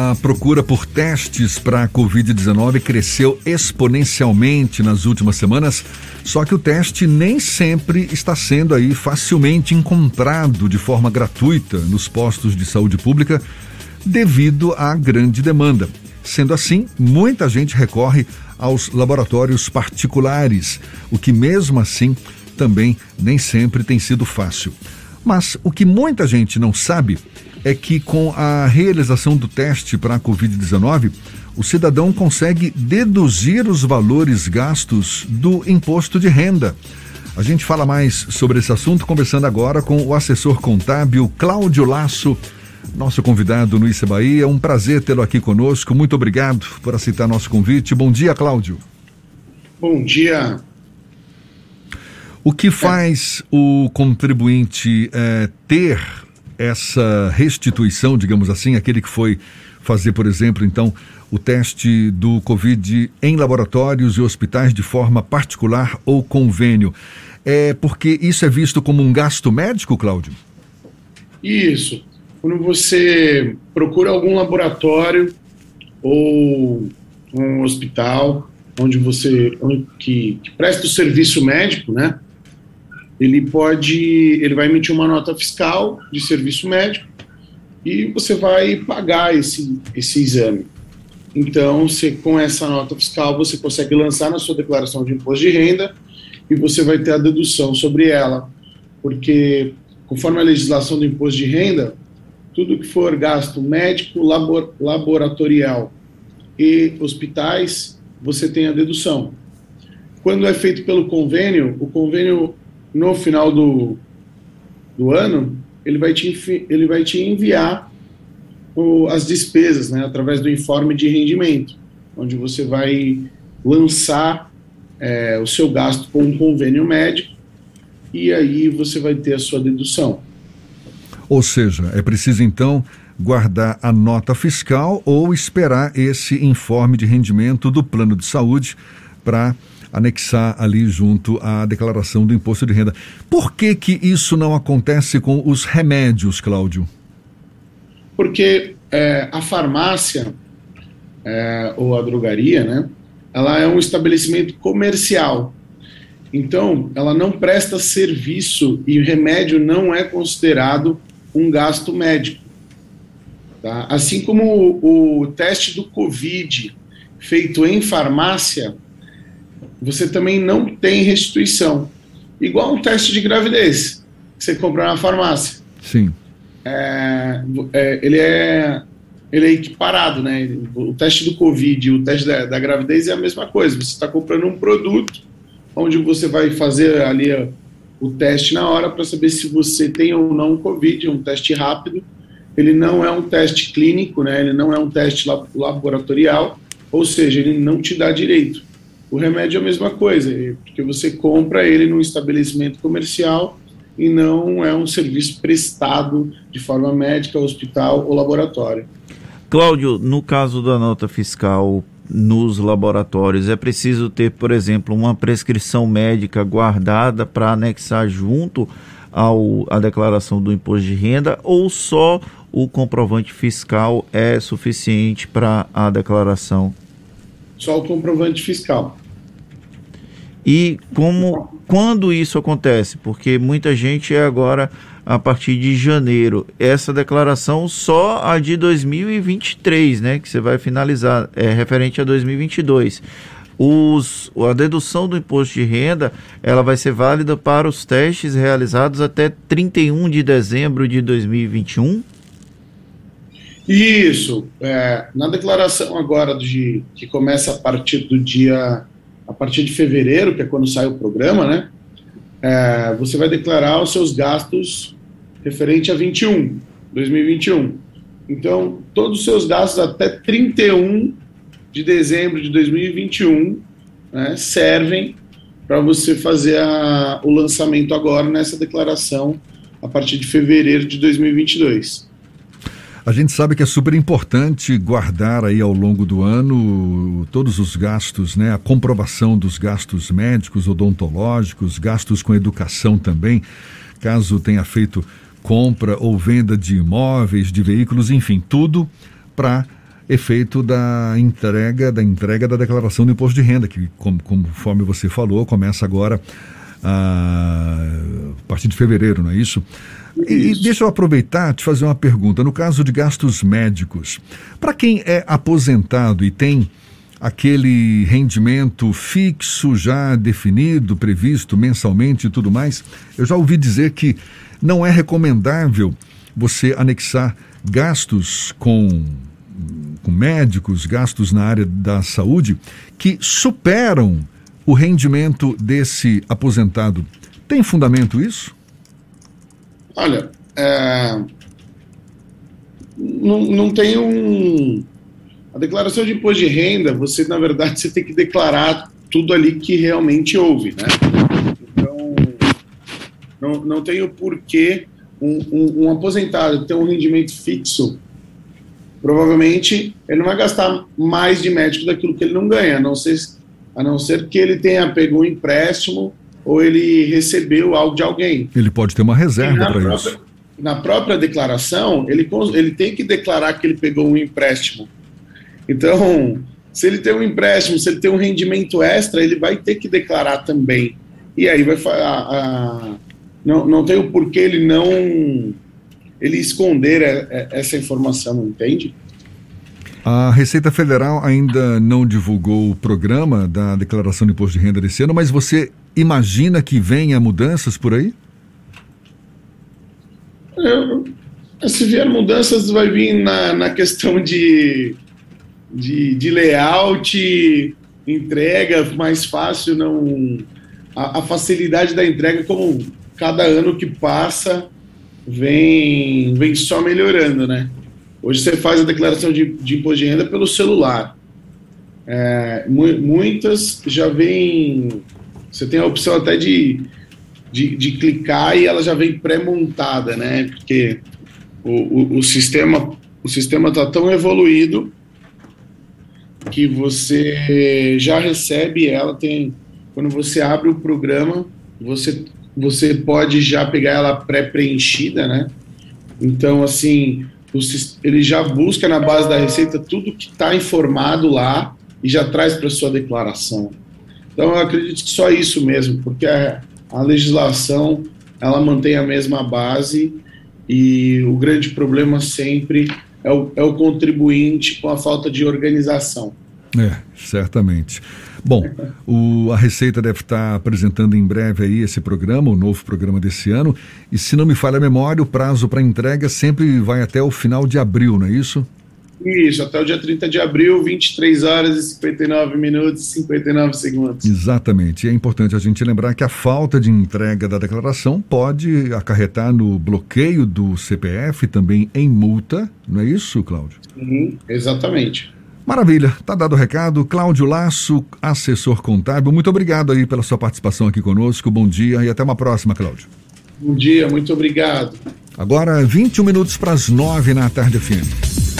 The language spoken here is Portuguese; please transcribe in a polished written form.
A procura por testes para a Covid-19 cresceu exponencialmente nas últimas semanas, só que o teste nem sempre está sendo aí facilmente encontrado de forma gratuita nos postos de saúde pública devido à grande demanda. Sendo assim, muita gente recorre aos laboratórios particulares, o que mesmo assim também nem sempre tem sido fácil. Mas o que muita gente não sabe é que com a realização do teste para a Covid-19, o cidadão consegue deduzir os valores gastos do imposto de renda. A gente fala mais sobre esse assunto conversando agora com o assessor contábil Cláudio Lasso, nosso convidado no Issa Bahia. É um prazer tê-lo aqui conosco. Muito obrigado por aceitar nosso convite. Bom dia, Cláudio. Bom dia. O que faz o contribuinte ter essa restituição, digamos assim, aquele que foi fazer, por exemplo, então, o teste do Covid em laboratórios e hospitais de forma particular ou convênio? É porque isso é visto como um gasto médico, Cláudio? Isso. Quando você procura algum laboratório ou um hospital que presta o serviço médico, né? Ele vai emitir uma nota fiscal de serviço médico e você vai pagar esse exame. Então, com essa nota fiscal, você consegue lançar na sua declaração de imposto de renda e você vai ter a dedução sobre ela, porque, conforme a legislação do imposto de renda, tudo que for gasto médico, laboratorial e hospitais, você tem a dedução. Quando é feito pelo convênio, o convênio, no final do ano, ele vai te enviar as despesas, né, através do informe de rendimento, onde você vai lançar o seu gasto com um convênio médico e aí você vai ter a sua dedução. Ou seja, é preciso então guardar a nota fiscal ou esperar esse informe de rendimento do plano de saúde para anexar ali junto à declaração do imposto de renda. Por que isso não acontece com os remédios, Cláudio? Porque a farmácia ou a drogaria, né, ela é um estabelecimento comercial. Então, ela não presta serviço e o remédio não é considerado um gasto médico. Tá? Assim como o teste do Covid feito em farmácia, você também não tem restituição. Igual um teste de gravidez que você compra na farmácia. Sim. Ele é equiparado, né? O teste do Covid e o teste da gravidez é a mesma coisa. Você está comprando um produto onde você vai fazer ali o teste na hora para saber se você tem ou não o Covid. É um teste rápido. Ele não é um teste clínico, né? Ele não é um teste laboratorial, ou seja, ele não te dá direito. O remédio é a mesma coisa, porque você compra ele num estabelecimento comercial e não é um serviço prestado de forma médica, hospital ou laboratório. Cláudio, no caso da nota fiscal nos laboratórios, é preciso ter, por exemplo, uma prescrição médica guardada para anexar junto à declaração do imposto de renda, ou só o comprovante fiscal é suficiente para a declaração? Só o comprovante fiscal. E quando isso acontece? Porque muita gente agora, a partir de janeiro, essa declaração só a de 2023, né, que você vai finalizar, referente a 2022. A dedução do imposto de renda, ela vai ser válida para os testes realizados até 31 de dezembro de 2021? Isso. Na declaração agora que começa a partir de fevereiro, que é quando sai o programa, né? Você vai declarar os seus gastos referente a 2021. Então, todos os seus gastos até 31 de dezembro de 2021, né, servem para você fazer o lançamento agora nessa declaração a partir de fevereiro de 2022. A gente sabe que é super importante guardar aí ao longo do ano todos os gastos, né? A comprovação dos gastos médicos, odontológicos, gastos com educação também, caso tenha feito compra ou venda de imóveis, de veículos, enfim, tudo para efeito da entrega da declaração do imposto de renda, que, conforme você falou, começa agora a partir de fevereiro, não é isso? E deixa eu aproveitar e te fazer uma pergunta. No caso de gastos médicos, para quem é aposentado e tem aquele rendimento fixo já definido, previsto mensalmente e tudo mais, eu já ouvi dizer que não é recomendável você anexar gastos com médicos, gastos na área da saúde, que superam o rendimento desse aposentado. Tem fundamento isso? Olha, não tem a declaração de imposto de renda, na verdade, você tem que declarar tudo ali que realmente houve, né? Então, não tem o porquê um aposentado ter um rendimento fixo, provavelmente ele não vai gastar mais de médico daquilo que ele não ganha, a não ser que ele tenha pego um empréstimo ou ele recebeu algo de alguém. Ele pode ter uma reserva para isso. Na própria declaração, ele tem que declarar que ele pegou um empréstimo. Então, se ele tem um empréstimo, se ele tem um rendimento extra, ele vai ter que declarar também. E aí não tem o porquê ele esconder essa informação, não entende? A Receita Federal ainda não divulgou o programa da declaração de imposto de renda desse ano, mas você imagina que venha mudanças por aí? Se vier mudanças, vai vir na questão de layout, entrega mais fácil, a facilidade da entrega, como cada ano que passa, vem só melhorando, né? Hoje você faz a declaração de imposto de renda pelo celular. Muitas já vêm... Você tem a opção até de clicar e ela já vem pré-montada, né? Porque o sistema está tão evoluído que você já recebe ela. Quando você abre o programa, você pode já pegar ela pré-preenchida, né? Então, assim... ele já busca na base da Receita tudo que está informado lá e já traz para sua declaração. Então, eu acredito que só isso mesmo, porque a legislação, ela mantém a mesma base e o grande problema sempre é o contribuinte com a falta de organização. Certamente. Bom, a Receita deve estar apresentando em breve aí esse programa, o novo programa desse ano, e se não me falha a memória, o prazo para entrega sempre vai até o final de abril, não é isso? Isso, até o dia 30 de abril, 23 horas e 59 minutos e 59 segundos. Exatamente, e é importante a gente lembrar que a falta de entrega da declaração pode acarretar no bloqueio do CPF, também em multa, não é isso, Cláudio? Exatamente. Maravilha, tá dado o recado. Cláudio Lasso, assessor contábil, muito obrigado aí pela sua participação aqui conosco, bom dia e até uma próxima, Cláudio. Bom dia, muito obrigado. Agora 21 minutos para as 9 na tarde FM.